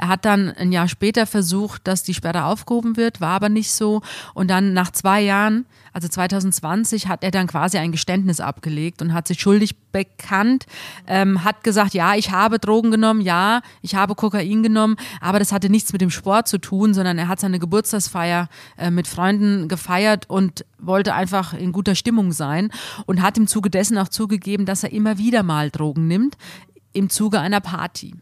hat dann ein Jahr später versucht, dass die Sperre aufgehoben wird, war aber nicht so. Und dann nach 2 Jahren, also 2020, hat er dann quasi ein Geständnis abgelegt und hat sich schuldig bekannt, hat gesagt, ja, ich habe Drogen genommen, ja, ich habe Kokain genommen, aber das hatte nichts mit dem Sport zu tun, sondern er hat seine Geburtstagsfeier mit Freunden gefeiert und wollte einfach in guter Stimmung sein und hat im Zuge dessen auch zugegeben, dass er immer wieder mal Drogen nimmt, im Zuge einer Party.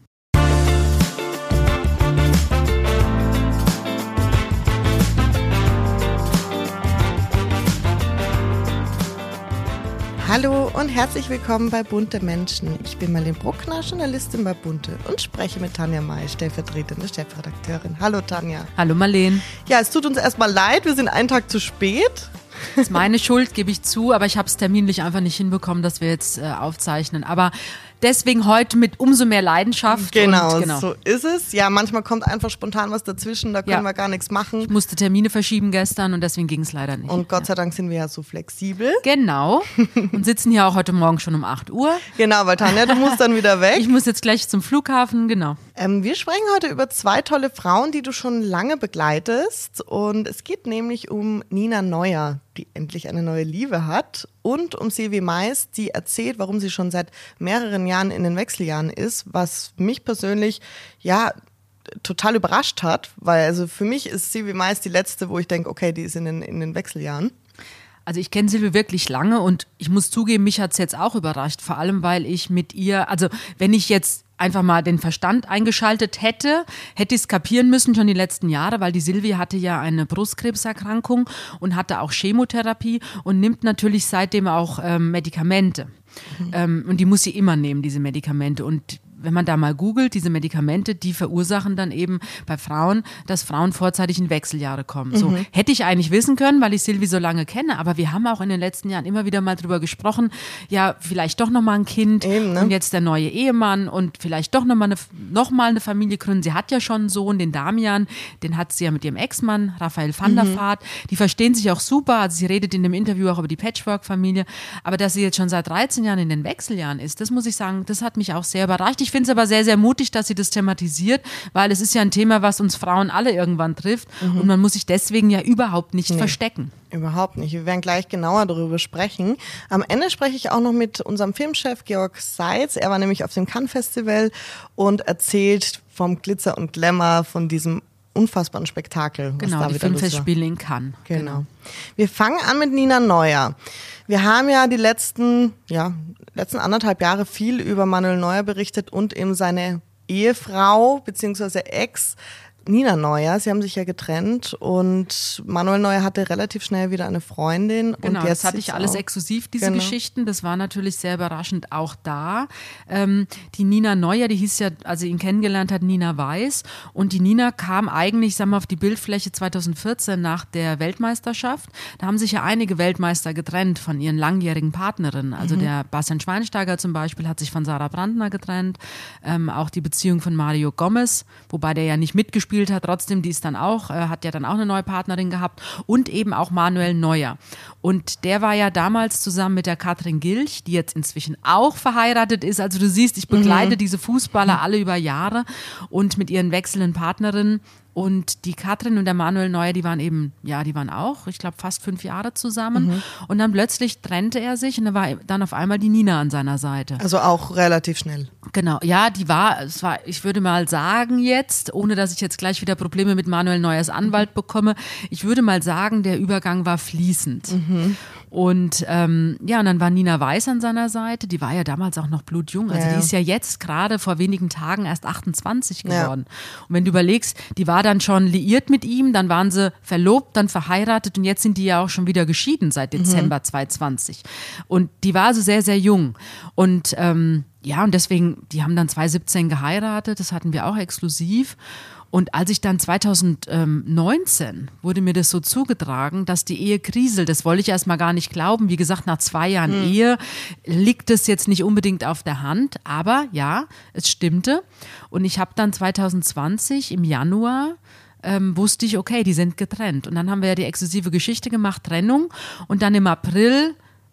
Hallo und herzlich willkommen bei Bunte Menschen. Ich bin Marlene Bruckner, Journalistin bei Bunte und spreche mit Tanja May, stellvertretende Chefredakteurin. Hallo Tanja. Hallo Marlene. Ja, es tut uns erstmal leid, wir sind einen Tag zu spät. Das ist meine Schuld, gebe ich zu, aber ich habe es terminlich einfach nicht hinbekommen, dass wir jetzt aufzeichnen. Aber deswegen heute mit umso mehr Leidenschaft. Genau, so ist es. Ja, manchmal kommt einfach spontan was dazwischen, da können wir gar nichts machen. Ich musste Termine verschieben gestern und deswegen ging es leider nicht. Und Gott sei Dank sind wir ja so flexibel. Genau. Und sitzen hier auch heute Morgen schon um 8 Uhr. Genau, weil Tanja, du musst dann wieder weg. Ich muss jetzt gleich zum Flughafen, genau. Wir sprechen heute über 2 tolle Frauen, die du schon lange begleitest. Und es geht nämlich um Nina Neuer, die endlich eine neue Liebe hat, und um Sylvie Mais, die erzählt, warum sie schon seit mehreren Jahren in den Wechseljahren ist, was mich persönlich total überrascht hat, weil also für mich ist Sylvie Mais die letzte, wo ich denke, okay, die ist in den Wechseljahren. Also ich kenne Sylvie wirklich lange und ich muss zugeben, mich hat es jetzt auch überrascht, vor allem weil ich mit ihr, also wenn ich jetzt einfach mal den Verstand eingeschaltet hätte ich es kapieren müssen schon die letzten Jahre, weil die Sylvie hatte ja eine Brustkrebserkrankung und hatte auch Chemotherapie und nimmt natürlich seitdem auch Medikamente. Und die muss sie immer nehmen, diese Medikamente. Und wenn man da mal googelt, diese Medikamente, die verursachen dann eben bei Frauen, dass Frauen vorzeitig in Wechseljahre kommen. So hätte ich eigentlich wissen können, weil ich Sylvie so lange kenne, aber wir haben auch in den letzten Jahren immer wieder mal drüber gesprochen, ja, vielleicht doch nochmal ein Kind und jetzt der neue Ehemann und vielleicht doch nochmal eine Familie gründen. Sie hat ja schon einen Sohn, den Damian, den hat sie ja mit ihrem Ex-Mann, Raphael van der Vaart. Die verstehen sich auch super, also sie redet in dem Interview auch über die Patchwork-Familie, aber dass sie jetzt schon seit 13 Jahren in den Wechseljahren ist, das muss ich sagen, das hat mich auch sehr überrascht. Ich finde es aber sehr, sehr mutig, dass sie das thematisiert, weil es ist ja ein Thema, was uns Frauen alle irgendwann trifft und man muss sich deswegen ja überhaupt nicht verstecken. Überhaupt nicht. Wir werden gleich genauer darüber sprechen. Am Ende spreche ich auch noch mit unserem Filmchef Georg Seitz. Er war nämlich auf dem Cannes Festival und erzählt vom Glitzer und Glamour, von diesem unfassbaren Spektakel. Genau, die Filmfestspiele in Cannes. Genau. Wir fangen an mit Nina Neuer. Wir haben ja die letzten 1,5 Jahre viel über Manuel Neuer berichtet und eben seine Ehefrau bzw. Ex Nina Neuer. Sie haben sich ja getrennt und Manuel Neuer hatte relativ schnell wieder eine Freundin. Genau, und jetzt das hatte ich alles exklusiv, diese Geschichten. Das war natürlich sehr überraschend auch da. Die Nina Neuer, die hieß ja, also ihn kennengelernt hat, Nina Weiß. Und die Nina kam eigentlich, sagen wir, auf die Bildfläche 2014 nach der Weltmeisterschaft. Da haben sich ja einige Weltmeister getrennt von ihren langjährigen Partnerinnen. Also der Bastian Schweinsteiger zum Beispiel hat sich von Sarah Brandner getrennt. Auch die Beziehung von Mario Gomez, wobei der ja nicht mitgespielt hat, trotzdem, die ist dann auch, hat ja dann auch eine neue Partnerin gehabt und eben auch Manuel Neuer. Und der war ja damals zusammen mit der Katrin Gilch, die jetzt inzwischen auch verheiratet ist. Also du siehst, ich begleite diese Fußballer alle über Jahre und mit ihren wechselnden Partnerinnen. Und die Katrin und der Manuel Neuer, die waren auch, ich glaube, fast 5 Jahre zusammen. Und dann plötzlich trennte er sich und da war dann auf einmal die Nina an seiner Seite. Also auch relativ schnell. Genau, ja, ich würde mal sagen jetzt, ohne dass ich jetzt gleich wieder Probleme mit Manuel Neuers Anwalt bekomme, ich würde mal sagen, der Übergang war fließend. Und und dann war Nina Weiß an seiner Seite, die war ja damals auch noch blutjung, also die ist ja jetzt gerade vor wenigen Tagen erst 28 geworden. Und wenn du überlegst, die war dann schon liiert mit ihm, dann waren sie verlobt, dann verheiratet und jetzt sind die ja auch schon wieder geschieden seit Dezember 2020. Und die war also sehr, sehr jung. Und und deswegen, die haben dann 2017 geheiratet, das hatten wir auch exklusiv. Und als ich dann 2019 wurde mir das so zugetragen, dass die Ehe kriselt, das wollte ich erst mal gar nicht glauben. Wie gesagt, nach 2 Jahren Ehe liegt es jetzt nicht unbedingt auf der Hand, aber ja, es stimmte. Und ich habe dann 2020 im Januar wusste ich, okay, die sind getrennt. Und dann haben wir ja die exklusive Geschichte gemacht, Trennung. Und dann im April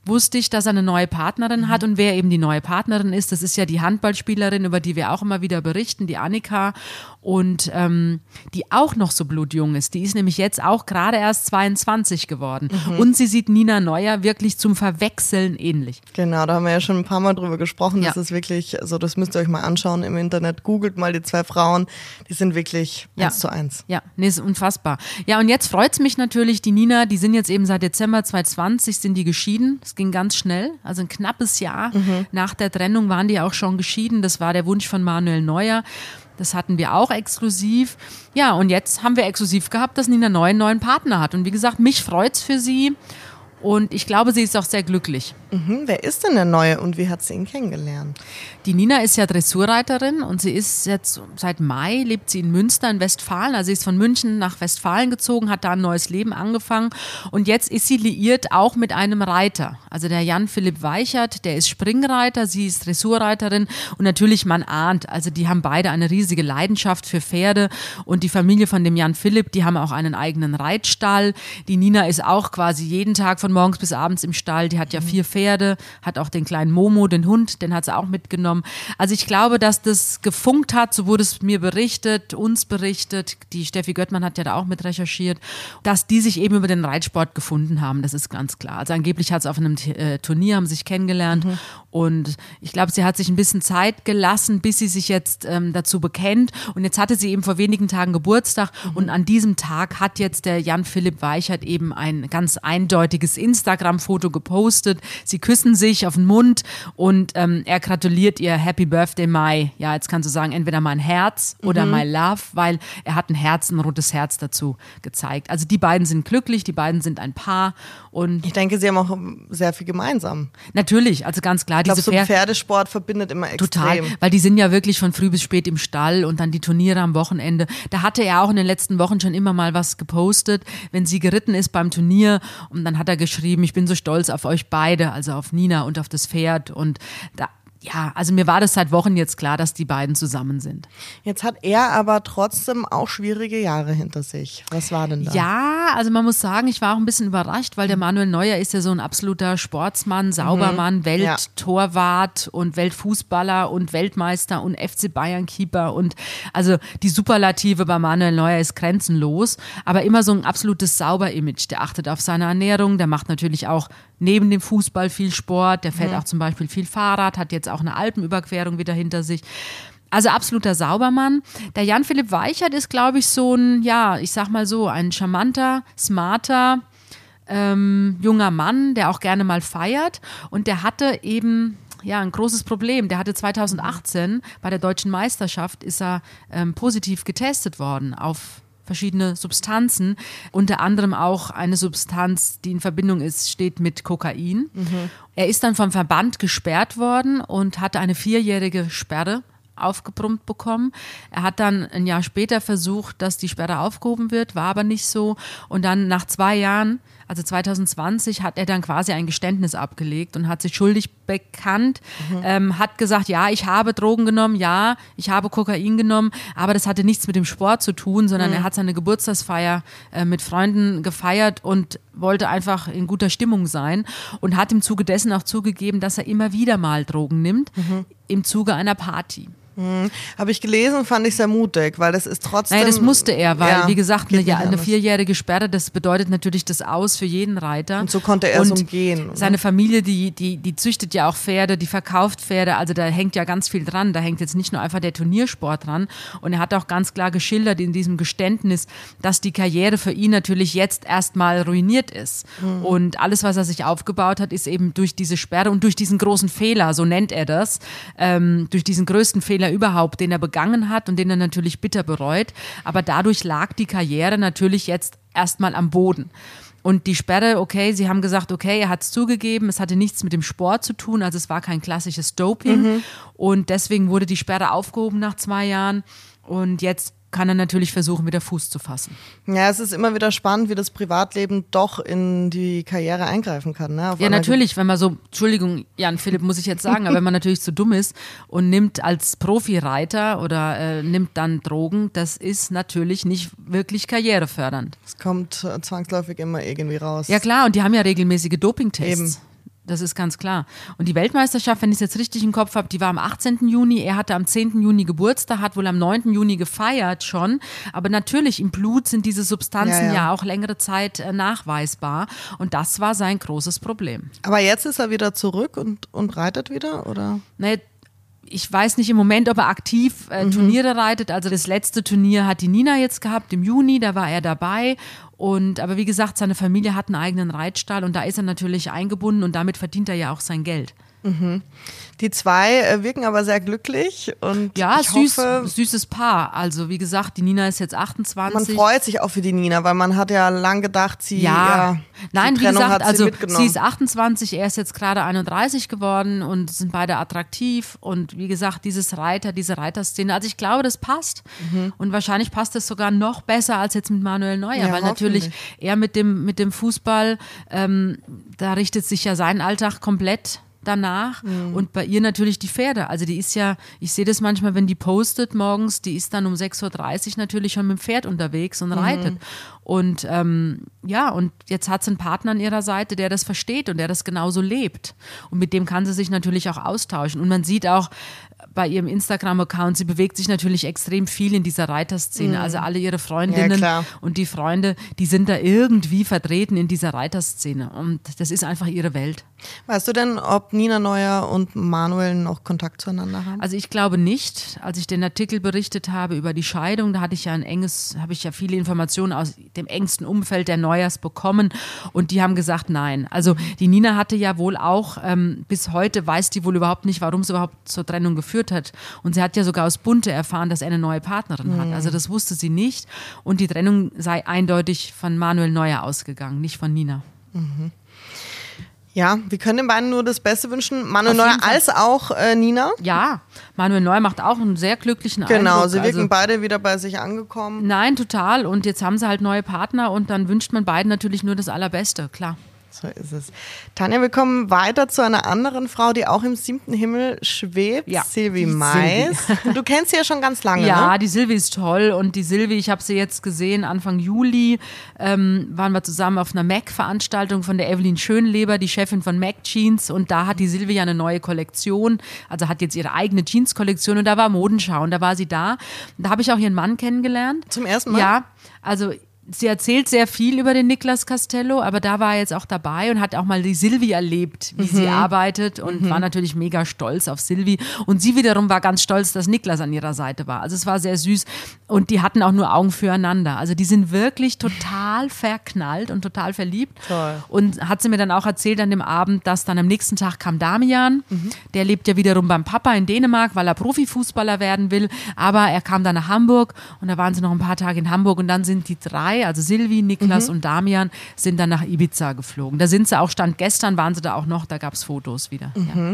wusste ich, dass er eine neue Partnerin hat und wer eben die neue Partnerin ist, das ist ja die Handballspielerin, über die wir auch immer wieder berichten, die Annika und die auch noch so blutjung ist. Die ist nämlich jetzt auch gerade erst 22 geworden und sie sieht Nina Neuer wirklich zum Verwechseln ähnlich. Genau, da haben wir ja schon ein paar Mal drüber gesprochen. Ja. Das ist wirklich, also das müsst ihr euch mal anschauen im Internet. Googelt mal die zwei Frauen, die sind wirklich 1:1. Ja, nee, ist unfassbar. Ja, und jetzt freut es mich natürlich, die Nina, die sind jetzt eben seit Dezember 2020 sind die geschieden. Das ging ganz schnell, also ein knappes Jahr nach der Trennung waren die auch schon geschieden. Das war der Wunsch von Manuel Neuer. Das hatten wir auch exklusiv. Ja, und jetzt haben wir exklusiv gehabt, dass Nina Neuer einen neuen Partner hat. Und wie gesagt, mich freut's für sie. Und ich glaube, sie ist auch sehr glücklich. Wer ist denn der Neue und wie hat sie ihn kennengelernt? Die Nina ist ja Dressurreiterin und sie ist jetzt seit Mai, lebt sie in Münster in Westfalen. Also sie ist von München nach Westfalen gezogen, hat da ein neues Leben angefangen und jetzt ist sie liiert auch mit einem Reiter. Also der Jan-Philipp Weichert, der ist Springreiter, sie ist Dressurreiterin und natürlich man ahnt, also die haben beide eine riesige Leidenschaft für Pferde und die Familie von dem Jan-Philipp, die haben auch einen eigenen Reitstall. Die Nina ist auch quasi jeden Tag von morgens bis abends im Stall, die hat ja 4 Pferde, hat auch den kleinen Momo, den Hund, den hat sie auch mitgenommen. Also ich glaube, dass das gefunkt hat, so wurde es mir berichtet, uns berichtet, die Steffi Göttmann hat ja da auch mit recherchiert, dass die sich eben über den Reitsport gefunden haben, das ist ganz klar. Also angeblich hat es auf einem Turnier, haben sich kennengelernt und ich glaube, sie hat sich ein bisschen Zeit gelassen, bis sie sich jetzt dazu bekennt und jetzt hatte sie eben vor wenigen Tagen Geburtstag und an diesem Tag hat jetzt der Jan-Philipp Weichert eben ein ganz eindeutiges Instagram-Foto gepostet. Sie küssen sich auf den Mund und er gratuliert ihr Happy Birthday Mai. Ja, jetzt kannst du sagen, entweder mein Herz oder My Love, weil er hat ein rotes Herz dazu gezeigt. Also die beiden sind glücklich, die beiden sind ein Paar und Ich denke, sie haben auch sehr viel gemeinsam. natürlich, also ganz klar, Ich glaube, diese so Pferdesport verbindet immer extrem. Total, weil die sind ja wirklich von früh bis spät im Stall und dann die Turniere am Wochenende. Da hatte er auch in den letzten Wochen schon immer mal was gepostet, wenn sie geritten ist beim Turnier und dann hat er geschrieben, ich bin so stolz auf euch beide, also auf Nina und auf das Pferd und da, ja, also mir war das seit Wochen jetzt klar, dass die beiden zusammen sind. Jetzt hat er aber trotzdem auch schwierige Jahre hinter sich. Was war denn da? Ja, also man muss sagen, ich war auch ein bisschen überrascht, weil der Manuel Neuer ist ja so ein absoluter Sportsmann, Saubermann, Welttorwart und Weltfußballer und Weltmeister und FC Bayern-Keeper und also die Superlative bei Manuel Neuer ist grenzenlos, aber immer so ein absolutes Sauber-Image. Der achtet auf seine Ernährung, der macht natürlich auch neben dem Fußball viel Sport, der fährt auch zum Beispiel viel Fahrrad, hat jetzt auch eine Alpenüberquerung wieder hinter sich. Also absoluter Saubermann. Der Jan-Philipp Weichert ist, glaube ich, so ein, ja, ich sag mal so, ein charmanter, smarter, junger Mann, der auch gerne mal feiert und der hatte eben ein großes Problem. Der hatte 2018 bei der Deutschen Meisterschaft ist er positiv getestet worden auf verschiedene Substanzen, unter anderem auch eine Substanz, die in Verbindung steht mit Kokain. Er ist dann vom Verband gesperrt worden und hatte eine 4-jährige Sperre aufgebrummt bekommen. Er hat dann ein Jahr später versucht, dass die Sperre aufgehoben wird, war aber nicht so. Und dann nach 2 Jahren, also 2020, hat er dann quasi ein Geständnis abgelegt und hat sich schuldig bekannt, hat gesagt, ja, ich habe Drogen genommen, ja, ich habe Kokain genommen, aber das hatte nichts mit dem Sport zu tun, sondern er hat seine Geburtstagsfeier mit Freunden gefeiert und wollte einfach in guter Stimmung sein und hat im Zuge dessen auch zugegeben, dass er immer wieder mal Drogen nimmt, im Zuge einer Party. Habe ich gelesen, fand ich sehr mutig, weil das ist trotzdem... Naja, das musste er, weil, wie gesagt, eine anders. 4-jährige Sperre, das bedeutet natürlich das Aus für jeden Reiter. Und so konnte er es umgehen. Seine Familie, die züchtet ja auch Pferde, die verkauft Pferde, also da hängt ja ganz viel dran. Da hängt jetzt nicht nur einfach der Turniersport dran. Und er hat auch ganz klar geschildert in diesem Geständnis, dass die Karriere für ihn natürlich jetzt erstmal ruiniert ist. Und alles, was er sich aufgebaut hat, ist eben durch diese Sperre und durch diesen großen Fehler, so nennt er das, durch diesen größten Fehler überhaupt, den er begangen hat und den er natürlich bitter bereut. Aber dadurch lag die Karriere natürlich jetzt erstmal am Boden. Und die Sperre, okay, sie haben gesagt, okay, er hat es zugegeben, es hatte nichts mit dem Sport zu tun, also es war kein klassisches Doping. Und deswegen wurde die Sperre aufgehoben nach 2 Jahren. Und jetzt kann er natürlich versuchen, wieder Fuß zu fassen. Ja, es ist immer wieder spannend, wie das Privatleben doch in die Karriere eingreifen kann. Ne? Ja, natürlich, wenn man so, Entschuldigung, Jan-Philipp, muss ich jetzt sagen, aber wenn man natürlich so dumm ist und nimmt als Profireiter oder nimmt dann Drogen, das ist natürlich nicht wirklich karrierefördernd. Es kommt zwangsläufig immer irgendwie raus. Ja klar, und die haben ja regelmäßige Dopingtests. Eben. Das ist ganz klar. Und die Weltmeisterschaft, wenn ich es jetzt richtig im Kopf habe, die war am 18. Juni. Er hatte am 10. Juni Geburtstag, hat wohl am 9. Juni gefeiert schon. Aber natürlich, im Blut sind diese Substanzen ja auch längere Zeit nachweisbar. Und das war sein großes Problem. Aber jetzt ist er wieder zurück und reitet wieder, oder? Nee, ich weiß nicht im Moment, ob er aktiv Turniere reitet. Also das letzte Turnier hat die Nina jetzt gehabt im Juni, da war er dabei. Aber wie gesagt, seine Familie hat einen eigenen Reitstall und da ist er natürlich eingebunden und damit verdient er ja auch sein Geld. Die zwei wirken aber sehr glücklich und ja, ich hoffe, süßes Paar. Also wie gesagt, die Nina ist jetzt 28. Man freut sich auch für die Nina, weil man hat ja lang gedacht, nein, wie gesagt, also mitgenommen. Sie ist 28, er ist jetzt gerade 31 geworden und sind beide attraktiv und wie gesagt, diese Reiterszene, also ich glaube, das passt und wahrscheinlich passt es sogar noch besser als jetzt mit Manuel Neuer, weil natürlich er mit dem Fußball, da richtet sich ja sein Alltag komplett danach und bei ihr natürlich die Pferde. Also die ist ja, ich sehe das manchmal, wenn die postet morgens, die ist dann um 6.30 Uhr natürlich schon mit dem Pferd unterwegs und reitet. Und und jetzt hat sie einen Partner an ihrer Seite, der das versteht und der das genauso lebt. Und mit dem kann sie sich natürlich auch austauschen. Und man sieht auch bei ihrem Instagram-Account, sie bewegt sich natürlich extrem viel in dieser Reiterszene. Also alle ihre Freundinnen und die Freunde, die sind da irgendwie vertreten in dieser Reiterszene. Und das ist einfach ihre Welt. Weißt du denn, ob Nina Neuer und Manuel noch Kontakt zueinander haben? Also ich glaube nicht. Als ich den Artikel berichtet habe über die Scheidung, da habe ich ja viele Informationen aus dem engsten Umfeld der Neuers bekommen und die haben gesagt, nein. Also die Nina hatte ja wohl auch, bis heute weiß die wohl überhaupt nicht, warum es überhaupt zur Trennung geführt hat. Und sie hat ja sogar aus Bunte erfahren, dass er eine neue Partnerin hat. Also das wusste sie nicht. Und die Trennung sei eindeutig von Manuel Neuer ausgegangen, nicht von Nina. Ja, wir können den beiden nur das Beste wünschen. Manuel Neuer als auch Nina. Ja, Manuel Neuer macht auch einen sehr glücklichen Eindruck. Genau, sie wirken beide wieder bei sich angekommen. Nein, total. Und jetzt haben sie halt neue Partner und dann wünscht man beiden natürlich nur das Allerbeste, klar. So ist es. Tanja, wir kommen weiter zu einer anderen Frau, die auch im 7. Himmel schwebt, Sylvie Mais. Du kennst sie ja schon ganz lange, ja, ne? Die Sylvie ist toll und die Sylvie, ich habe sie jetzt gesehen, Anfang Juli waren wir zusammen auf einer MAC-Veranstaltung von der Evelyn Schönleber, die Chefin von MAC Jeans und da hat die Sylvie ja eine neue Kollektion, also hat jetzt ihre eigene Jeans-Kollektion und da war Modenschau und da war sie da. Da habe ich auch ihren Mann kennengelernt. Zum ersten Mal? Ja, also sie erzählt sehr viel über den Niklas Castello, aber da war er jetzt auch dabei und hat auch mal die Sylvie erlebt, wie sie arbeitet und war natürlich mega stolz auf Sylvie. Und sie wiederum war ganz stolz, dass Niklas an ihrer Seite war. Also es war sehr süß und die hatten auch nur Augen füreinander. Also die sind wirklich total verknallt und total verliebt. Toll. Und hat sie mir dann auch erzählt an dem Abend, dass dann am nächsten Tag kam Damian. Der lebt ja wiederum beim Papa in Dänemark, weil er Profifußballer werden will. Aber er kam dann nach Hamburg und da waren sie noch ein paar Tage in Hamburg und dann sind die drei, also Sylvie, Niklas und Damian, sind dann nach Ibiza geflogen. Da sind sie auch, Stand gestern waren sie da auch noch, da gab es Fotos wieder.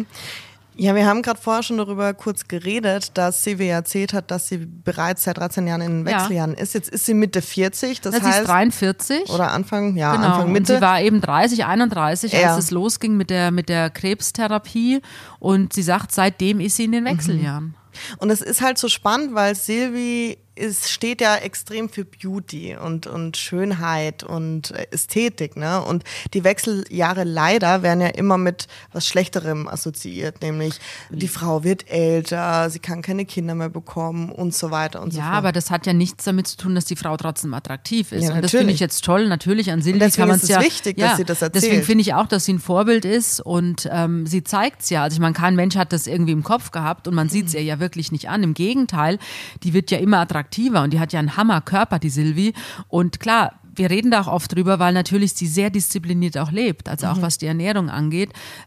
Ja, wir haben gerade vorher schon darüber kurz geredet, dass Sylvie erzählt hat, dass sie bereits seit 13 Jahren in den Wechseljahren ist. Jetzt ist sie Mitte 40, das heißt... Sie ist 43. Oder Anfang, genau. Anfang Mitte. Und sie war eben 30, 31, als es losging mit der Krebstherapie. Und sie sagt, seitdem ist sie in den Wechseljahren. Und es ist halt so spannend, weil Sylvie steht ja extrem für Beauty und Schönheit und Ästhetik, ne? Und die Wechseljahre leider werden ja immer mit was Schlechterem assoziiert, nämlich die Frau wird älter, sie kann keine Kinder mehr bekommen und so weiter und so fort. Ja, aber das hat ja nichts damit zu tun, dass die Frau trotzdem attraktiv ist. Ja, und das finde ich jetzt toll, natürlich an Sylvie kann man es ja. Deswegen ist es wichtig, dass sie das erzählt. Deswegen finde ich auch, dass sie ein Vorbild ist und sie zeigt es ja. Also ich meine, kein Mensch hat das irgendwie im Kopf gehabt und man sieht es ihr ja wirklich nicht an. Im Gegenteil, die wird ja immer attraktiver und die hat ja einen Hammerkörper, die Sylvie. Und klar, wir reden da auch oft drüber, weil natürlich sie sehr diszipliniert auch lebt, also auch was die Ernährung angeht.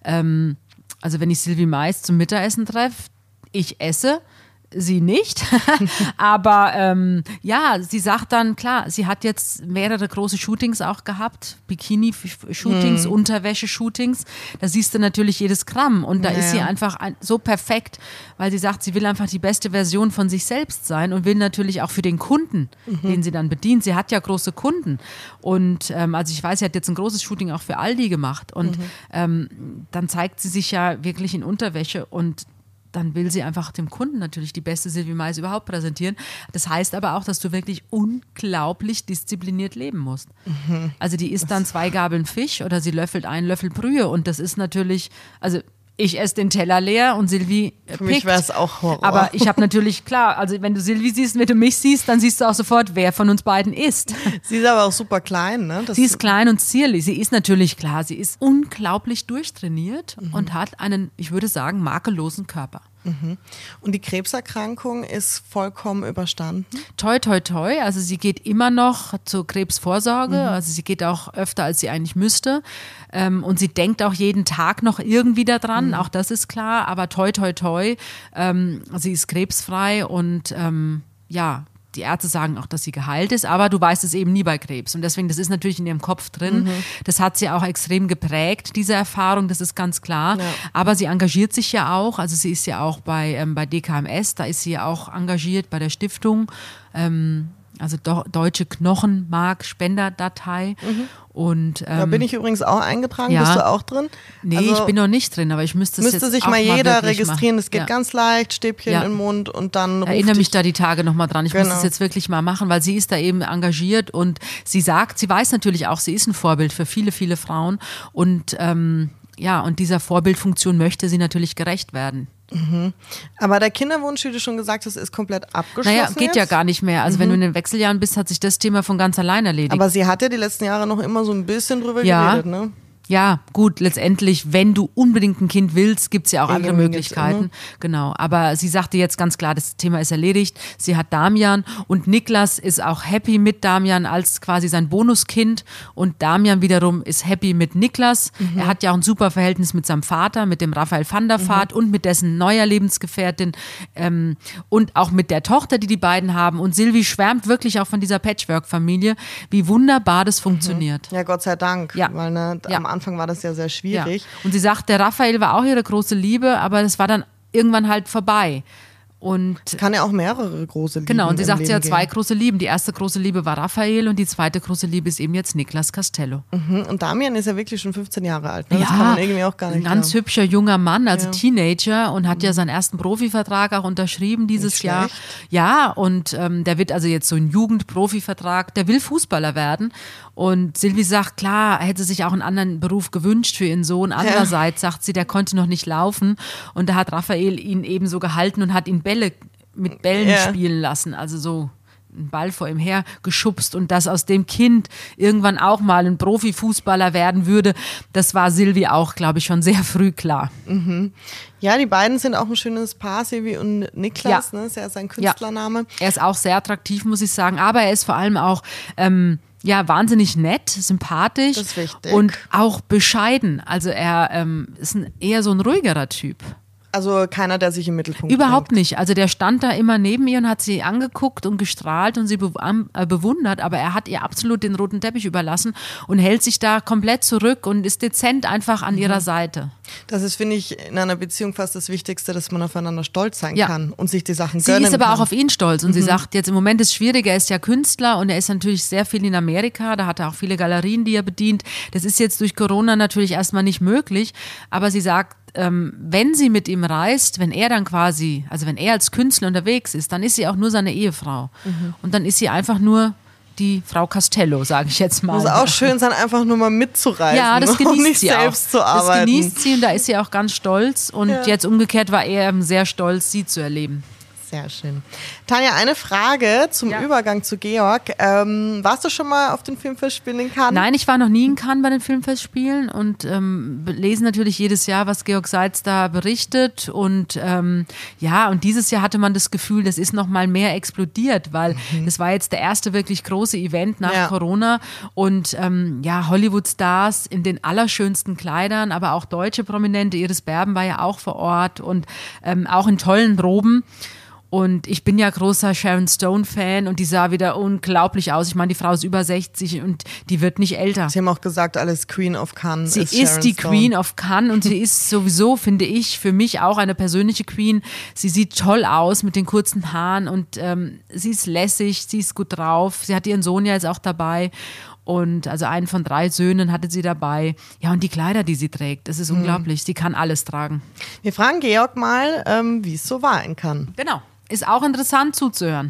Also wenn ich Sylvie Mais zum Mittagessen treffe, ich esse, sie nicht, aber sie sagt dann, klar, sie hat jetzt mehrere große Shootings auch gehabt, Bikini-Shootings, Unterwäsche-Shootings, da siehst du natürlich jedes Gramm und da ist sie einfach so perfekt, weil sie sagt, sie will einfach die beste Version von sich selbst sein und will natürlich auch für den Kunden, den sie dann bedient, sie hat ja große Kunden und also ich weiß, sie hat jetzt ein großes Shooting auch für Aldi gemacht und dann zeigt sie sich ja wirklich in Unterwäsche und dann will sie einfach dem Kunden natürlich die beste Sylvie Mais überhaupt präsentieren. Das heißt aber auch, dass du wirklich unglaublich diszipliniert leben musst. Also die isst dann 2 Gabeln Fisch oder sie löffelt einen Löffel Brühe und das ist natürlich, also ich esse den Teller leer und Sylvie Für mich wäre es auch Horror. Aber ich habe natürlich, klar, also wenn du Sylvie siehst, wenn du mich siehst, dann siehst du auch sofort, wer von uns beiden isst. Sie ist aber auch super klein, ne? Sie ist klein und zierlich. Sie ist natürlich klar, sie ist unglaublich durchtrainiert und hat einen, ich würde sagen, makellosen Körper. Und die Krebserkrankung ist vollkommen überstanden? Toi, toi, toi. Also sie geht immer noch zur Krebsvorsorge. Also sie geht auch öfter, als sie eigentlich müsste. Und sie denkt auch jeden Tag noch irgendwie daran. Auch das ist klar. Aber toi, toi, toi. Sie ist krebsfrei und ja, die Ärzte sagen auch, dass sie geheilt ist, aber du weißt es eben nie bei Krebs. Und deswegen, das ist natürlich in ihrem Kopf drin. Das hat sie auch extrem geprägt, diese Erfahrung, das ist ganz klar. Ja. Aber sie engagiert sich ja auch, also sie ist ja auch bei DKMS, da ist sie ja auch engagiert bei der Stiftung, also Deutsche Knochenmark-Spenderdatei. Und, da bin ich übrigens auch eingetragen. ja. Bist du auch drin? Nee, Also, ich bin noch nicht drin, aber ich müsste es jetzt müsste sich auch mal jeder wirklich registrieren. machen. Das geht Ja. ganz leicht, Stäbchen Ja. im Mund und dann ruft Erinnere mich dich- da die Tage nochmal dran. Ich muss Genau. das jetzt wirklich mal machen, weil sie ist da eben engagiert und sie sagt, sie weiß natürlich auch, sie ist ein Vorbild für viele, viele Frauen und ja, und dieser Vorbildfunktion möchte sie natürlich gerecht werden. Aber der Kinderwunsch, wie du schon gesagt hast, ist komplett abgeschlossen. Naja, geht jetzt. ja gar nicht mehr. Also wenn du in den Wechseljahren bist, hat sich das Thema von ganz allein erledigt. Aber sie hat ja die letzten Jahre noch immer so ein bisschen drüber Ja. geredet, ne? Ja, gut, letztendlich, wenn du unbedingt ein Kind willst, gibt's ja auch andere Regelungen Möglichkeiten. gibt's Genau, aber sie sagte jetzt ganz klar, das Thema ist erledigt. Sie hat Damian und Niklas ist auch happy mit Damian als quasi sein Bonuskind und Damian wiederum ist happy mit Niklas. Er hat ja auch ein super Verhältnis mit seinem Vater, mit dem Raphael van der Vaart und mit dessen neuer Lebensgefährtin und auch mit der Tochter, die beiden haben. Und Sylvie schwärmt wirklich auch von dieser Patchwork-Familie, wie wunderbar das funktioniert. Ja, Gott sei Dank. Ja. Weil ne, Ja. am Anfang war das ja sehr schwierig. Ja. Und sie sagt, der Raphael war auch ihre große Liebe, aber das war dann irgendwann halt vorbei. Und Es kann ja auch mehrere große Lieben genau, und sie im sagt, sie Leben hat 2 geben. große Lieben. Die erste große Liebe war Raphael und die zweite große Liebe ist eben jetzt Niklas Castello. Und Damian ist ja wirklich schon 15 Jahre alt. Ne? Das kann man irgendwie auch gar nicht ein ganz glauben. hübscher junger Mann, also Ja. Teenager und hat ja seinen ersten Profivertrag auch unterschrieben dieses Nicht Jahr. schlecht. Ja, und der wird also jetzt so ein Jugendprofivertrag, der will Fußballer werden. Und Sylvie sagt, klar, er hätte sich auch einen anderen Beruf gewünscht für ihren Sohn. Andererseits sagt sie, der konnte noch nicht laufen und da hat Raphael ihn eben so gehalten und hat ihn mit Bällen Ja. spielen lassen, also so einen Ball vor ihm her geschubst und dass aus dem Kind irgendwann auch mal ein Profifußballer werden würde, das war Sylvie auch, glaube ich, schon sehr früh klar. Ja, die beiden sind auch ein schönes Paar, Sylvie und Niklas. Ja. Ne? Ist ja sein Künstlername. Er ist auch sehr attraktiv, muss ich sagen, aber er ist vor allem auch ja, wahnsinnig nett, sympathisch Das ist wichtig. und auch bescheiden. Also er ist eher so ein ruhigerer Typ. Also keiner, der sich im Mittelpunkt Überhaupt bringt. nicht. Also der stand da immer neben ihr und hat sie angeguckt und gestrahlt und sie bewundert, aber er hat ihr absolut den roten Teppich überlassen und hält sich da komplett zurück und ist dezent einfach an ihrer Seite. Das ist, finde ich, in einer Beziehung fast das Wichtigste, dass man aufeinander stolz sein Ja. kann und sich die Sachen Sie gönnen ist aber kann. auch auf ihn stolz und sie sagt, jetzt im Moment ist es schwierig, er ist ja Künstler und er ist natürlich sehr viel in Amerika, da hat er auch viele Galerien, die er bedient. Das ist jetzt durch Corona natürlich erstmal nicht möglich, aber sie sagt, wenn sie mit ihm reist, wenn er dann quasi, also wenn er als Künstler unterwegs ist, dann ist sie auch nur seine Ehefrau. Und dann ist sie einfach nur die Frau Castello, sage ich jetzt mal. Muss auch schön sein, einfach nur mal mitzureisen. Ja, das und genießt nicht sie selbst auch. zu arbeiten. Das genießt sie und da ist sie auch ganz stolz. Und Ja. jetzt umgekehrt war er sehr stolz, sie zu erleben. Sehr schön. Tanja, eine Frage zum Ja. Übergang zu Georg. Warst du schon mal auf den Filmfestspielen in Cannes? Nein, ich war noch nie in Cannes bei den Filmfestspielen und lese natürlich jedes Jahr, was Georg Seitz da berichtet. Und ja, und dieses Jahr hatte man das Gefühl, das ist noch mal mehr explodiert, weil das war jetzt der erste wirklich große Event nach Ja. Corona. Und ja, Hollywood-Stars in den allerschönsten Kleidern, aber auch deutsche Prominente. Iris Berben war ja auch vor Ort und auch in tollen Roben. Und ich bin ja großer Sharon Stone-Fan und die sah wieder unglaublich aus. Ich meine, die Frau ist über 60 und die wird nicht älter. Sie haben auch gesagt, alles Queen of Cannes. Sie Sharon ist die Stone. Queen of Cannes und sie ist sowieso, finde ich, für mich auch eine persönliche Queen. Sie sieht toll aus mit den kurzen Haaren und sie ist lässig, sie ist gut drauf. Sie hat ihren Sohn ja jetzt auch dabei. Und also einen von 3 Söhnen hatte sie dabei. Ja, und die Kleider, die sie trägt, das ist unglaublich. Sie kann alles tragen. Wir fragen Georg mal, wie es so war in Cannes. Genau. Ist auch interessant zuzuhören.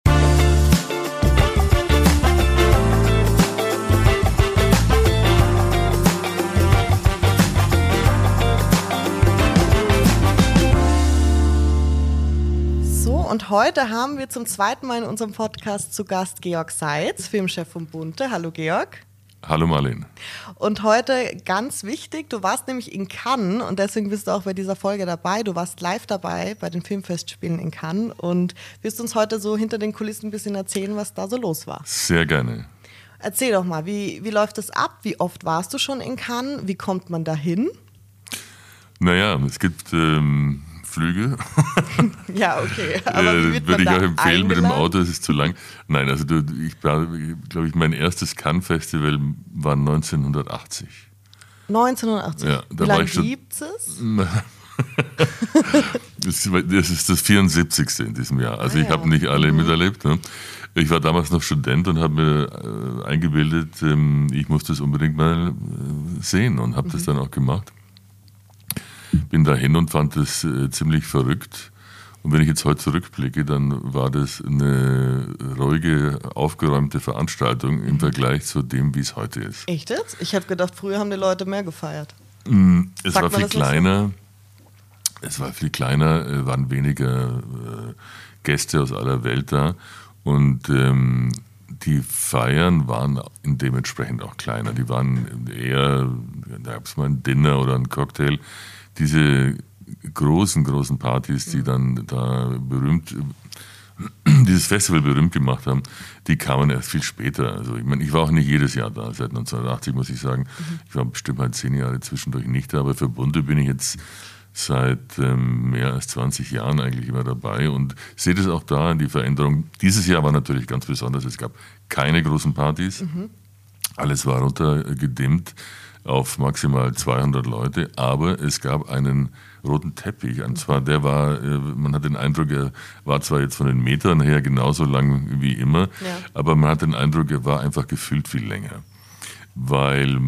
Und heute haben wir zum 2. Mal in unserem Podcast zu Gast Georg Seitz, Filmchef von Bunte. Hallo Georg. Hallo Marlene. Und heute ganz wichtig, du warst nämlich in Cannes und deswegen bist du auch bei dieser Folge dabei. Du warst live dabei bei den Filmfestspielen in Cannes und wirst uns heute so hinter den Kulissen ein bisschen erzählen, was da so los war. Sehr gerne. Erzähl doch mal, wie läuft das ab? Wie oft warst du schon in Cannes? Wie kommt man da hin? Naja, es gibt Flüge. Ja, okay. Aber wie wird würde man ich da auch empfehlen, eingeladen? mit dem Auto, es ist zu lang. Nein, also ich glaube, mein erstes Cannes-Festival war 1980. 1980? Ja, wie lange gibt es? Das ist das 74. in diesem Jahr. Also ich habe nicht alle miterlebt. Ne? Ich war damals noch Student und habe mir eingebildet, ich muss das unbedingt mal sehen und habe das dann auch gemacht. Bin dahin und fand das ziemlich verrückt. Und wenn ich jetzt heute zurückblicke, dann war das eine ruhige, aufgeräumte Veranstaltung im Vergleich zu dem, wie es heute ist. Echt jetzt? Ich habe gedacht, früher haben die Leute mehr gefeiert. Es war viel kleiner. Es war viel kleiner, waren weniger Gäste aus aller Welt da. Und die Feiern waren dementsprechend auch kleiner. Die waren eher, da gab es mal ein Dinner oder ein Cocktail. Diese großen Partys, die dann da dieses Festival berühmt gemacht haben, die kamen erst viel später. Also ich meine, ich war auch nicht jedes Jahr da, seit 1980 muss ich sagen. Ich war bestimmt halt 10 Jahre zwischendurch nicht da, aber für Bunte bin ich jetzt seit mehr als 20 Jahren eigentlich immer dabei und sehe das auch da, die Veränderung. Dieses Jahr war natürlich ganz besonders, es gab keine großen Partys, alles war runtergedimmt auf maximal 200 Leute, aber es gab einen roten Teppich. Und zwar man hat den Eindruck, er war zwar jetzt von den Metern her genauso lang wie immer, aber man hat den Eindruck, er war einfach gefühlt viel länger. Weil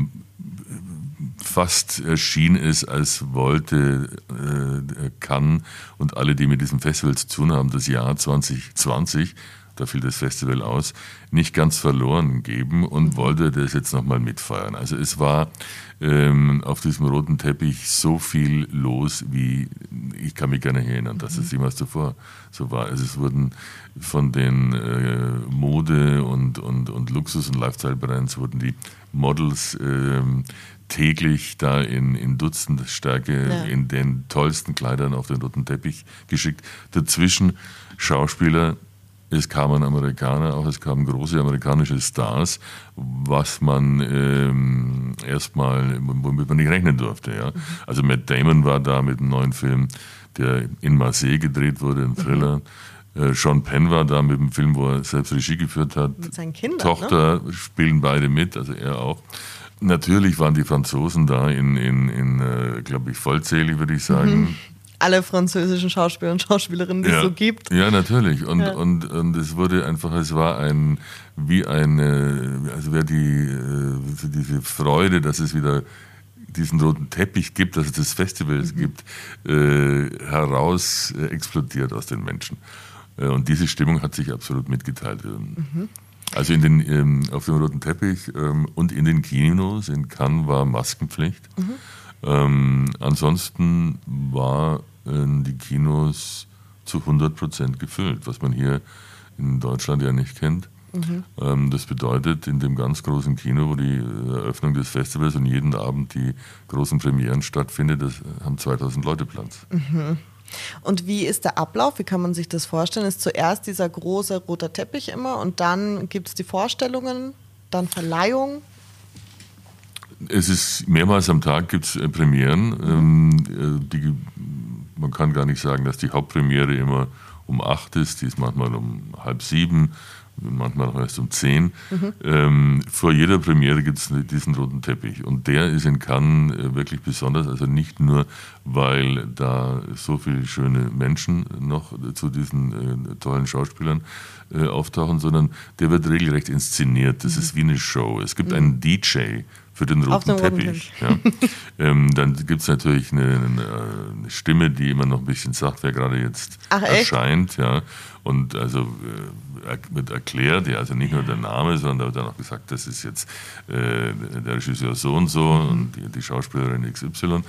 fast erschien es, als wollte Cannes und alle, die mit diesem Festival zu tun haben, das Jahr 2020, da fiel das Festival aus, nicht ganz verloren geben und wollte das jetzt nochmal mitfeiern. Also es war auf diesem roten Teppich so viel los, wie ich kann mich gerne erinnern, dass es jemals zuvor so war. Also es wurden von den Mode- und Luxus- und Lifestyle-Brands wurden die Models täglich da in Dutzendstärke in den tollsten Kleidern auf den roten Teppich geschickt. Dazwischen Schauspieler, es kamen Amerikaner, auch es kamen große amerikanische Stars, was man erstmal, womit man nicht rechnen durfte. Ja? Also Matt Damon war da mit einem neuen Film, der in Marseille gedreht wurde, ein Thriller. Sean Penn war da mit einem Film, wo er selbst Regie geführt hat. Mit seinen Kindern, Tochter spielen beide mit, also er auch. Natürlich waren die Franzosen da glaube ich, vollzählig, würde ich sagen. Alle französischen Schauspieler und Schauspielerinnen, die es so gibt. Ja, natürlich. Und es wurde einfach, es war also wäre diese Freude, dass es wieder diesen roten Teppich gibt, dass es das Festival gibt, heraus explodiert aus den Menschen. Und diese Stimmung hat sich absolut mitgeteilt. Also auf dem roten Teppich und in den Kinos in Cannes war Maskenpflicht. Ansonsten waren die Kinos zu 100% gefüllt, was man hier in Deutschland ja nicht kennt. Das bedeutet, in dem ganz großen Kino, wo die Eröffnung des Festivals und jeden Abend die großen Premieren stattfindet, das haben 2000 Leute Platz. Und wie ist der Ablauf? Wie kann man sich das vorstellen? Ist zuerst dieser große rote Teppich immer und dann gibt es die Vorstellungen, dann Verleihung? Es ist mehrmals am Tag gibt es Premieren. Man kann gar nicht sagen, dass die Hauptpremiere immer um 8 ist, die ist manchmal um 6:30. manchmal auch erst um 10. Vor jeder Premiere gibt es diesen roten Teppich. Und der ist in Cannes wirklich besonders. Also nicht nur, weil da so viele schöne Menschen noch zu diesen tollen Schauspielern auftauchen, sondern der wird regelrecht inszeniert. Das ist wie eine Show. Es gibt einen DJ für den roten Teppich. Ja. Dann gibt es natürlich eine Stimme, die immer noch ein bisschen sagt, wer gerade jetzt erscheint. Ja. Und also wird erklärt, ja, also nicht nur der Name, sondern da wird dann auch gesagt, das ist jetzt der Regisseur so und so und die Schauspielerin XY.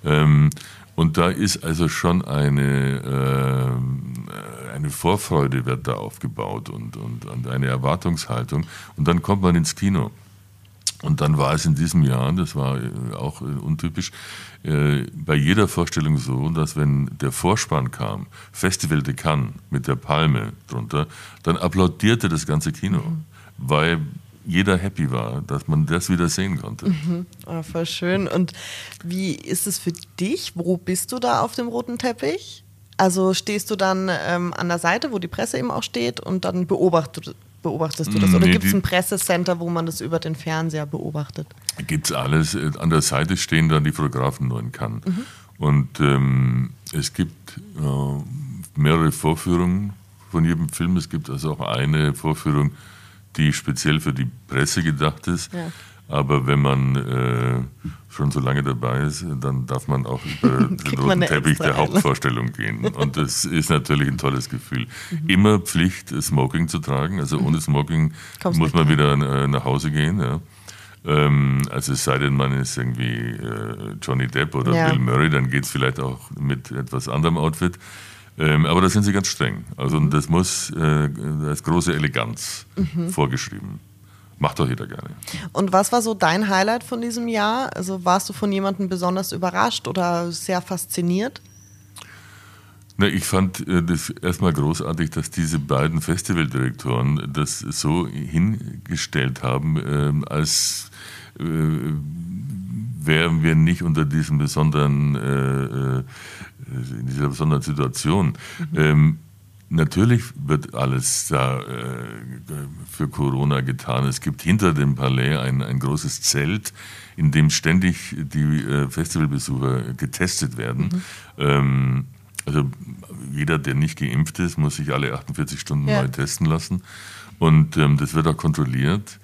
Und da ist also schon eine Vorfreude wird da aufgebaut und eine Erwartungshaltung. Und dann kommt man ins Kino. Und dann war es in diesem Jahr, das war auch untypisch, bei jeder Vorstellung so, dass wenn der Vorspann kam, Festival de Cannes mit der Palme drunter, dann applaudierte das ganze Kino, weil jeder happy war, dass man das wieder sehen konnte. Oh, voll schön. Und wie ist es für dich? Wo bist du da auf dem roten Teppich? Also stehst du dann an der Seite, wo die Presse eben auch steht und dann beobachtest du das? Oder gibt es ein Pressecenter, wo man das über den Fernseher beobachtet? Gibt es alles. An der Seite stehen dann die Fotografen nur in Cannes. Und es gibt mehrere Vorführungen von jedem Film. Es gibt also auch eine Vorführung, die speziell für die Presse gedacht ist. Ja. Aber wenn man schon so lange dabei ist, dann darf man auch über den roten Teppich der Hauptvorstellung gehen. Und das ist natürlich ein tolles Gefühl. Immer Pflicht, Smoking zu tragen. Also ohne Smoking muss man wieder nach Hause gehen. Ja. Also es sei denn, man ist irgendwie Johnny Depp oder Bill Murray, dann geht es vielleicht auch mit etwas anderem Outfit. Aber da sind sie ganz streng. Also das muss als große Eleganz vorgeschrieben. Macht doch jeder gerne. Und was war so dein Highlight von diesem Jahr? Also warst du von jemandem besonders überrascht oder sehr fasziniert? Na, ich fand das erstmal großartig, dass diese beiden Festivaldirektoren das so hingestellt haben, als wären wir nicht unter diesem in dieser besonderen Situation. Natürlich wird alles da für Corona getan. Es gibt hinter dem Palais ein großes Zelt, in dem ständig die Festivalbesucher getestet werden. Also jeder, der nicht geimpft ist, muss sich alle 48 Stunden neu testen lassen. Und das wird auch kontrolliert.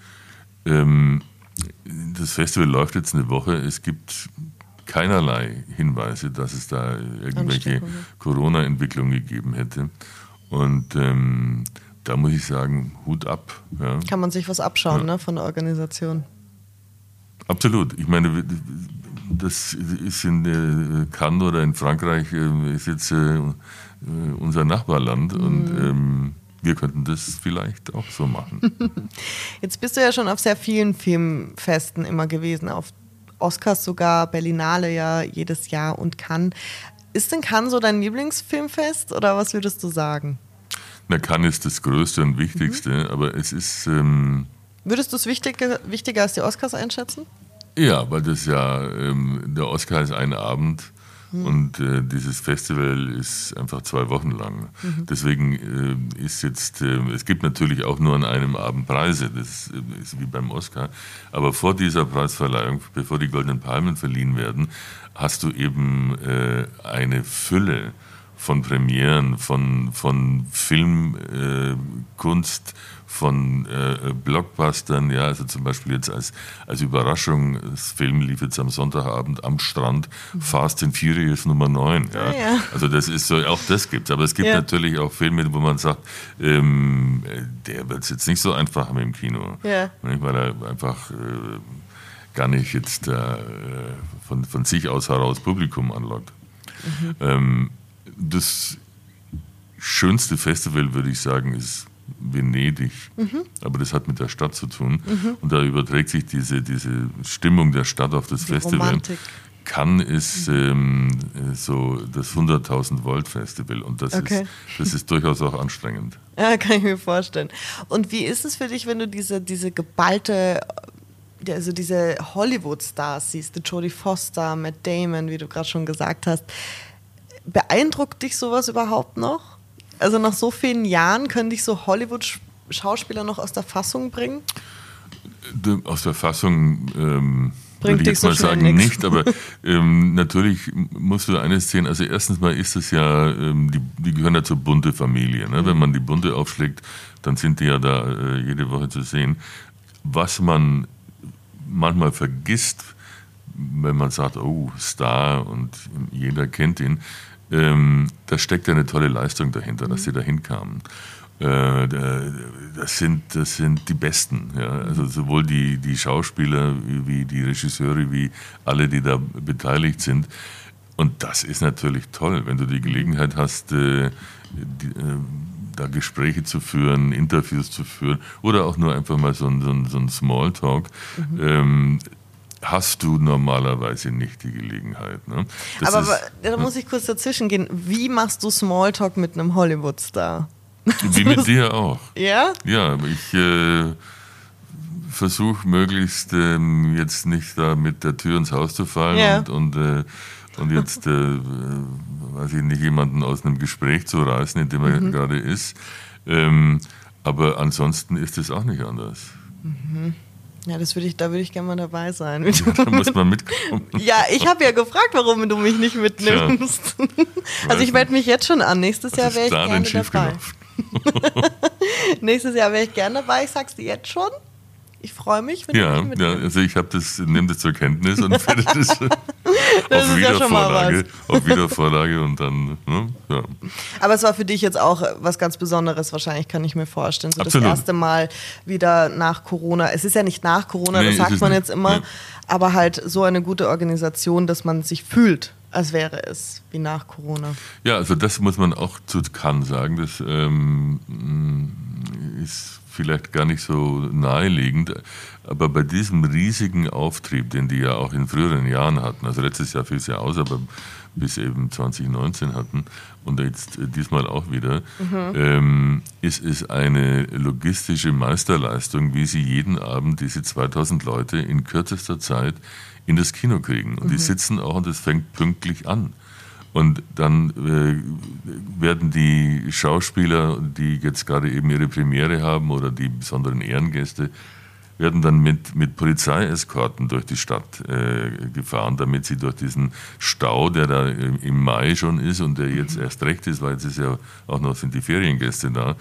Das Festival läuft jetzt eine Woche. Es gibt keinerlei Hinweise, dass es da irgendwelche Corona-Entwicklungen gegeben hätte. Und da muss ich sagen, Hut ab. Ja. Kann man sich was abschauen, ne, von der Organisation? Absolut. Ich meine, das ist in Cannes oder in Frankreich ist jetzt unser Nachbarland und wir könnten das vielleicht auch so machen. Jetzt bist du ja schon auf sehr vielen Filmfesten immer gewesen, auf Oscars sogar, Berlinale ja jedes Jahr und Cannes. Ist denn Cannes so dein Lieblingsfilmfest oder was würdest du sagen? Na, Cannes ist das Größte und Wichtigste, aber es ist... Würdest du es wichtiger als die Oscars einschätzen? Ja, weil das ja, der Oscar ist ein Abend und dieses Festival ist einfach 2 Wochen lang. Deswegen ist jetzt, es gibt natürlich auch nur an einem Abend Preise, das ist wie beim Oscar, aber vor dieser Preisverleihung, bevor die Goldenen Palmen verliehen werden, hast du eben eine Fülle von Premieren, von Filmkunst, von Blockbustern, ja, also zum Beispiel jetzt als Überraschung, das Film lief jetzt am Sonntagabend am Strand, Fast and Furious Nummer 9. Ja. Also das ist so, auch das gibt's. Aber es gibt natürlich auch Filme, wo man sagt, der wird es jetzt nicht so einfach haben im Kino. Ja. Weil er einfach gar nicht jetzt von sich aus heraus Publikum anlockt. Das schönste Festival, würde ich sagen, ist Venedig. Aber das hat mit der Stadt zu tun. Und da überträgt sich diese Stimmung der Stadt auf das Festival. Romantik. Cannes ist so das 100.000 Volt Festival und das ist durchaus auch anstrengend. Ja, kann ich mir vorstellen. Und wie ist es für dich, wenn du diese geballte, also diese Hollywood-Stars siehst, Jodie Foster, Matt Damon, wie du gerade schon gesagt hast? Beeindruckt dich sowas überhaupt noch? Also nach so vielen Jahren können dich so Schauspieler noch aus der Fassung bringen? Aus der Fassung Bringt würde ich dich jetzt so mal schnell sagen, nix. nicht, aber natürlich musst du eines sehen. Also erstens mal ist es ja, die gehören ja zur Bunte-Familie. Ne? Wenn man die Bunte aufschlägt, dann sind die ja da jede Woche zu sehen. Was man manchmal vergisst, wenn man sagt, oh, Star und jeder kennt ihn, da steckt ja eine tolle Leistung dahinter, dass sie da hinkamen. Das sind die Besten. Ja? Also sowohl die Schauspieler wie die Regisseure, wie alle, die da beteiligt sind. Und das ist natürlich toll, wenn du die Gelegenheit hast, da Gespräche zu führen, Interviews zu führen oder auch nur einfach mal so ein Smalltalk. Hast du normalerweise nicht die Gelegenheit. Ne? Aber da muss ich kurz dazwischen gehen. Wie machst du Smalltalk mit einem Hollywood-Star? Wie mit dir auch. Ja? Ja, ich versuche möglichst jetzt nicht da mit der Tür ins Haus zu fallen Ja. und jetzt, weiß ich nicht, jemanden aus einem Gespräch zu reißen, in dem er gerade ist. Aber ansonsten ist es auch nicht anders. Ja, da würde ich gerne mal dabei sein. Da muss man mitkommen. Ja, ich habe ja gefragt, warum du mich nicht mitnimmst. Also ich melde mich jetzt schon an. Nächstes Jahr wäre ich da denn gerne schief dabei. gelaufen? Nächstes Jahr wäre ich gerne dabei. Ich sag's dir jetzt schon. Ich freue mich, wenn du Ja, mich ja, mitnimmst. also ich nehme das zur Kenntnis und werde das Das auf ist ja schon mal Wiedervorlage und dann, ne, ja. Aber es war für dich jetzt auch was ganz Besonderes, wahrscheinlich, kann ich mir vorstellen. So Absolut. das erste Mal wieder nach Corona. Es ist ja nicht nach Corona, Nee, das ist sagt es man nicht. jetzt immer. Nee. Aber halt so eine gute Organisation, dass man sich fühlt, als wäre es wie nach Corona. Ja, also das muss man auch zu Cannes sagen. Das ist vielleicht gar nicht so naheliegend, aber bei diesem riesigen Auftrieb, den die ja auch in früheren Jahren hatten, also letztes Jahr fiel es ja aus, aber bis eben 2019 hatten und jetzt diesmal auch wieder, ist es eine logistische Meisterleistung, wie sie jeden Abend diese 2000 Leute in kürzester Zeit in das Kino kriegen. Und die sitzen auch und es fängt pünktlich an. Und dann werden die Schauspieler, die jetzt gerade eben ihre Premiere haben oder die besonderen Ehrengäste, werden dann mit Polizeieskorten durch die Stadt gefahren, damit sie durch diesen Stau, der da im Mai schon ist und der jetzt erst recht ist, weil jetzt ist ja auch noch sind die Feriengäste da,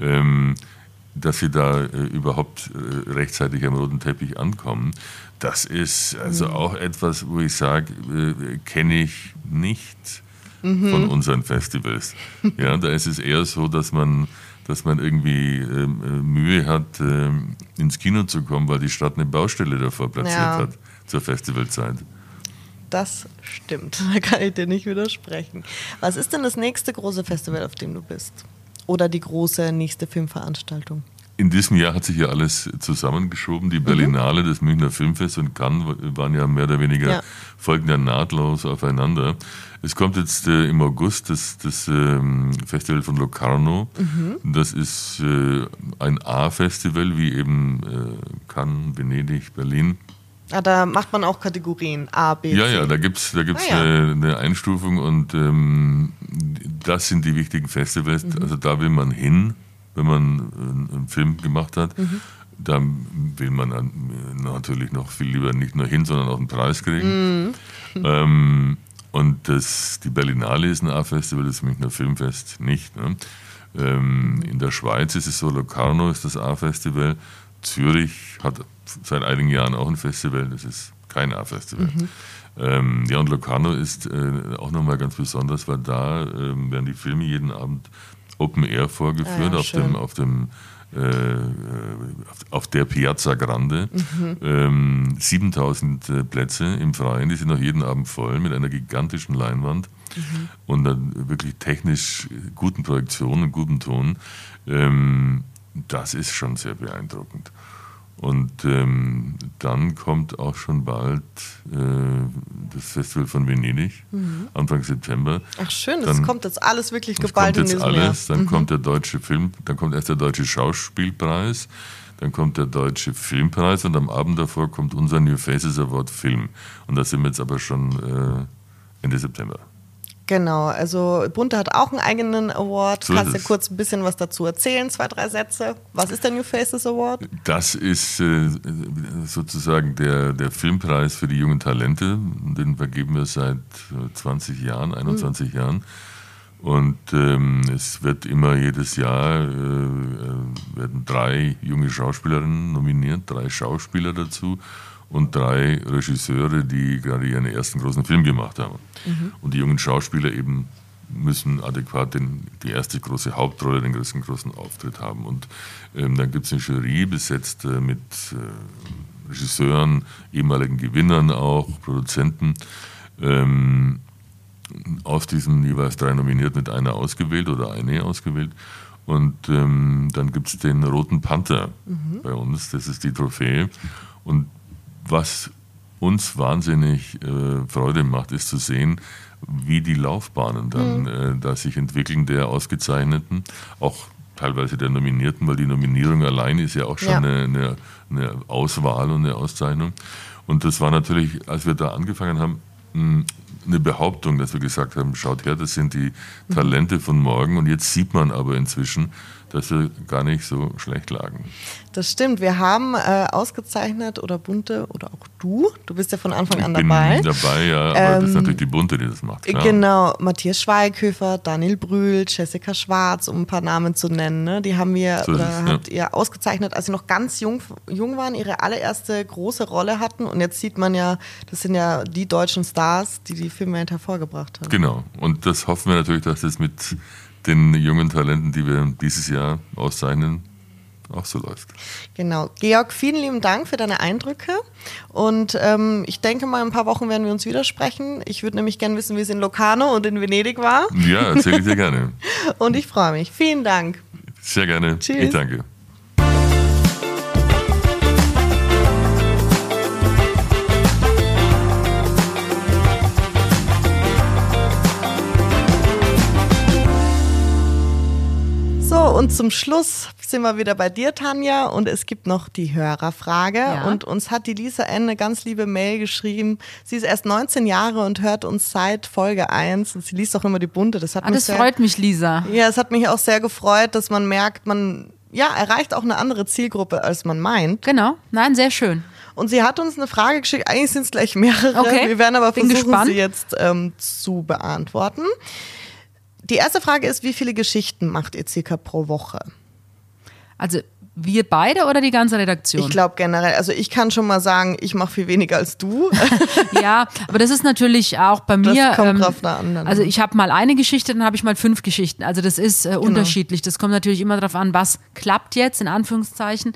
dass sie da überhaupt rechtzeitig am roten Teppich ankommen. Das ist also auch etwas, wo ich sage, kenne ich nicht von unseren Festivals. Ja, da ist es eher so, dass man irgendwie Mühe hat, ins Kino zu kommen, weil die Stadt eine Baustelle davor platziert hat zur Festivalzeit. Das stimmt, da kann ich dir nicht widersprechen. Was ist denn das nächste große Festival, auf dem du bist? Oder die große nächste Filmveranstaltung? In diesem Jahr hat sich ja alles zusammengeschoben. Die Berlinale, das Münchner Filmfest und Cannes waren ja mehr oder weniger folgen ja nahtlos aufeinander. Es kommt jetzt im August das Festival von Locarno. Das ist ein A-Festival, wie eben Cannes, Venedig, Berlin. Ah, da macht man auch Kategorien A, B, C. Ja, da gibt's eine Einstufung und das sind die wichtigen Festivals. Also da will man hin, wenn man einen Film gemacht hat. Da will man dann natürlich noch viel lieber nicht nur hin, sondern auch einen Preis kriegen. Und die Berlinale ist ein A-Festival, das Münchner Filmfest nicht. Ne? In der Schweiz ist es so, Locarno ist das A-Festival. Zürich hat seit einigen Jahren auch ein Festival, das ist kein A-Festival. Ja, und Locarno ist auch nochmal ganz besonders, weil da werden die Filme jeden Abend Open Air vorgeführt auf der Piazza Grande. 7000 Plätze im Freien, die sind auch jeden Abend voll mit einer gigantischen Leinwand und dann wirklich technisch guten Projektionen und guten Ton. Das ist schon sehr beeindruckend. Und dann kommt auch schon bald das Festival von Venedig, Anfang September. Ach schön, das kommt jetzt alles wirklich geballt in diesem Jahr. Dann kommt der deutsche Film, dann kommt erst der deutsche Schauspielpreis, dann kommt der deutsche Filmpreis und am Abend davor kommt unser New Faces Award Film. Und da sind wir jetzt aber schon Ende September. Genau, also Bunte hat auch einen eigenen Award. So Kannst du ist es. kurz ein bisschen was dazu erzählen? 2, 3 Sätze. Was ist der New Faces Award? Das ist sozusagen der Filmpreis für die jungen Talente. Den vergeben wir seit 20 Jahren, 21 Jahren. Und es wird immer jedes Jahr werden 3 junge Schauspielerinnen nominiert, 3 Schauspieler dazu und 3 Regisseure, die gerade ihren ersten großen Film gemacht haben. Und die jungen Schauspieler eben müssen adäquat die erste große Hauptrolle, den ersten großen Auftritt haben. Und dann gibt es eine Jury, besetzt mit Regisseuren, ehemaligen Gewinnern auch, Produzenten. Aus diesen jeweils 3 Nominierten wird einer ausgewählt oder eine ausgewählt. Und dann gibt es den Roten Panther bei uns, das ist die Trophäe. Und was uns wahnsinnig Freude macht, ist zu sehen, wie die Laufbahnen dann da sich entwickeln, der Ausgezeichneten, auch teilweise der Nominierten, weil die Nominierung allein ist ja auch schon eine Auswahl und eine Auszeichnung. Und das war natürlich, als wir da angefangen haben, eine Behauptung, dass wir gesagt haben, schaut her, das sind die Talente von morgen. Und jetzt sieht man aber inzwischen, dass wir gar nicht so schlecht lagen. Das stimmt, wir haben ausgezeichnet, oder Bunte, oder auch du bist ja von Anfang an dabei. Ich bin dabei, ja, aber das ist natürlich die Bunte, die das macht. Klar. Genau, Matthias Schweighöfer, Daniel Brühl, Jessica Schwarz, um ein paar Namen zu nennen. Ne? Die haben wir, So ist oder es, habt ihr ausgezeichnet, als sie noch ganz jung waren, ihre allererste große Rolle hatten. Und jetzt sieht man ja, das sind ja die deutschen Stars, die die Filmwelt hervorgebracht haben. Genau, und das hoffen wir natürlich, dass das mit den jungen Talenten, die wir dieses Jahr auszeichnen, auch so läuft. Genau. Georg, vielen lieben Dank für deine Eindrücke. Und ich denke mal, in ein paar Wochen werden wir uns widersprechen. Ich würde nämlich gerne wissen, wie es in Locarno und in Venedig war. Ja, erzähle ich dir gerne. Und ich freue mich. Vielen Dank. Sehr gerne. Tschüss. Ich danke. So, und zum Schluss sind wir wieder bei dir, Tanja, und es gibt noch die Hörerfrage. Ja. Und uns hat die Lisa N. eine ganz liebe Mail geschrieben. Sie ist erst 19 Jahre und hört uns seit Folge 1 und sie liest auch immer die Bunte. Das hat mich Das freut mich, Lisa. Ja, es hat mich auch sehr gefreut, dass man merkt, man erreicht auch eine andere Zielgruppe, als man meint. Genau, nein, sehr schön. Und sie hat uns eine Frage geschickt, eigentlich sind es gleich mehrere. Okay. Wir werden aber Bin versuchen, gespannt. sie jetzt zu beantworten. Die erste Frage ist, wie viele Geschichten macht ihr circa pro Woche? Also wir beide oder die ganze Redaktion? Ich glaube generell, also ich kann schon mal sagen, ich mache viel weniger als du. Ja, aber das ist natürlich auch bei mir. Das kommt drauf an. Also ich habe mal eine Geschichte, dann habe ich mal 5 Geschichten. Also das ist unterschiedlich. Das kommt natürlich immer darauf an, was klappt jetzt, in Anführungszeichen.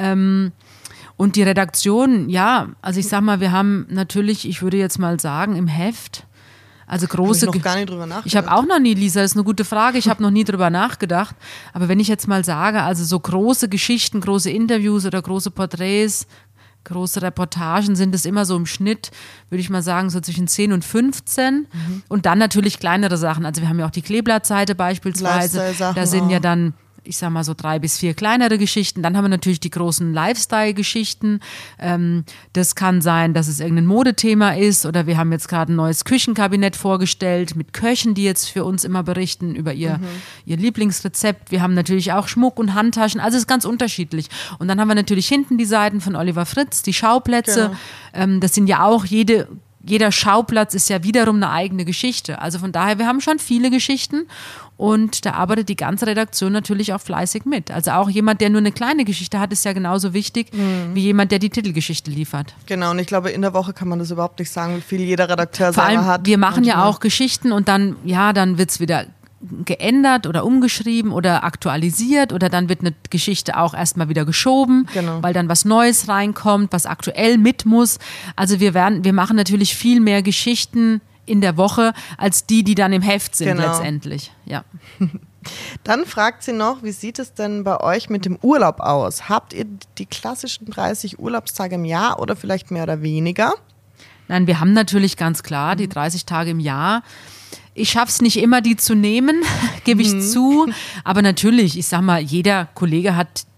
Und die Redaktion, ja, also ich sag mal, wir haben natürlich, ich würde jetzt mal sagen, im Heft, also große. Hab ich noch gar nicht drüber nachgedacht. Ich habe auch noch nie, Lisa, das ist eine gute Frage. Ich habe noch nie drüber nachgedacht. Aber wenn ich jetzt mal sage, also so große Geschichten, große Interviews oder große Porträts, große Reportagen sind es immer so im Schnitt, würde ich mal sagen, so zwischen 10 und 15. Und dann natürlich kleinere Sachen. Also wir haben ja auch die Kleeblattseite beispielsweise. Lifestyle-Sachen Da sind ja auch. dann, ich sag mal so 3 bis 4 kleinere Geschichten. Dann haben wir natürlich die großen Lifestyle-Geschichten. Das kann sein, dass es irgendein Modethema ist oder wir haben jetzt gerade ein neues Küchenkabinett vorgestellt mit Köchen, die jetzt für uns immer berichten über ihr Lieblingsrezept. Wir haben natürlich auch Schmuck und Handtaschen. Also es ist ganz unterschiedlich. Und dann haben wir natürlich hinten die Seiten von Oliver Fritz, die Schauplätze. Das sind ja auch jeder Schauplatz ist ja wiederum eine eigene Geschichte. Also von daher, wir haben schon viele Geschichten und da arbeitet die ganze Redaktion natürlich auch fleißig mit. Also auch jemand, der nur eine kleine Geschichte hat, ist ja genauso wichtig wie jemand, der die Titelgeschichte liefert. Genau, und ich glaube, in der Woche kann man das überhaupt nicht sagen, wie viel jeder Redakteur Vor allem, selber hat. wir machen ja Manchmal. auch Geschichten und dann wird es wieder geändert oder umgeschrieben oder aktualisiert oder dann wird eine Geschichte auch erstmal wieder geschoben, Genau. weil dann was Neues reinkommt, was aktuell mit muss. Also wir machen natürlich viel mehr Geschichten in der Woche als die dann im Heft sind letztendlich. Ja. Dann fragt sie noch, wie sieht es denn bei euch mit dem Urlaub aus? Habt ihr die klassischen 30 Urlaubstage im Jahr oder vielleicht mehr oder weniger? Nein, wir haben natürlich ganz klar die 30 Tage im Jahr. Ich schaffe es nicht immer, die zu nehmen, gebe ich zu. Aber natürlich, ich sag mal, jeder Kollege hat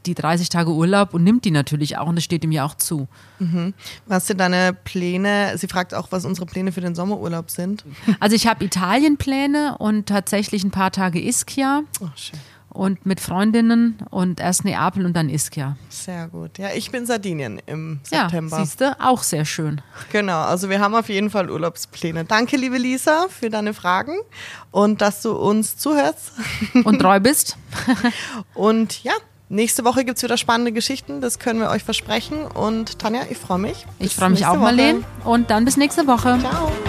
die 30 Tage Urlaub und nimmt die natürlich auch und das steht ihm ja auch zu. Was sind deine Pläne? Sie fragt auch, was unsere Pläne für den Sommerurlaub sind. Also ich habe Italien-Pläne und tatsächlich ein paar Tage Ischia. Oh, schön. Und mit Freundinnen und erst Neapel und dann Ischia. Sehr gut. Ja, ich bin Sardinien im Ja, September. siehst du, auch sehr schön. Genau, also wir haben auf jeden Fall Urlaubspläne. Danke, liebe Lisa, für deine Fragen und dass du uns zuhörst. Und treu bist. Und ja, nächste Woche gibt es wieder spannende Geschichten, das können wir euch versprechen. Und Tanja, ich freue mich. Ich freue mich auch, Marleen. Und dann bis nächste Woche. Ciao.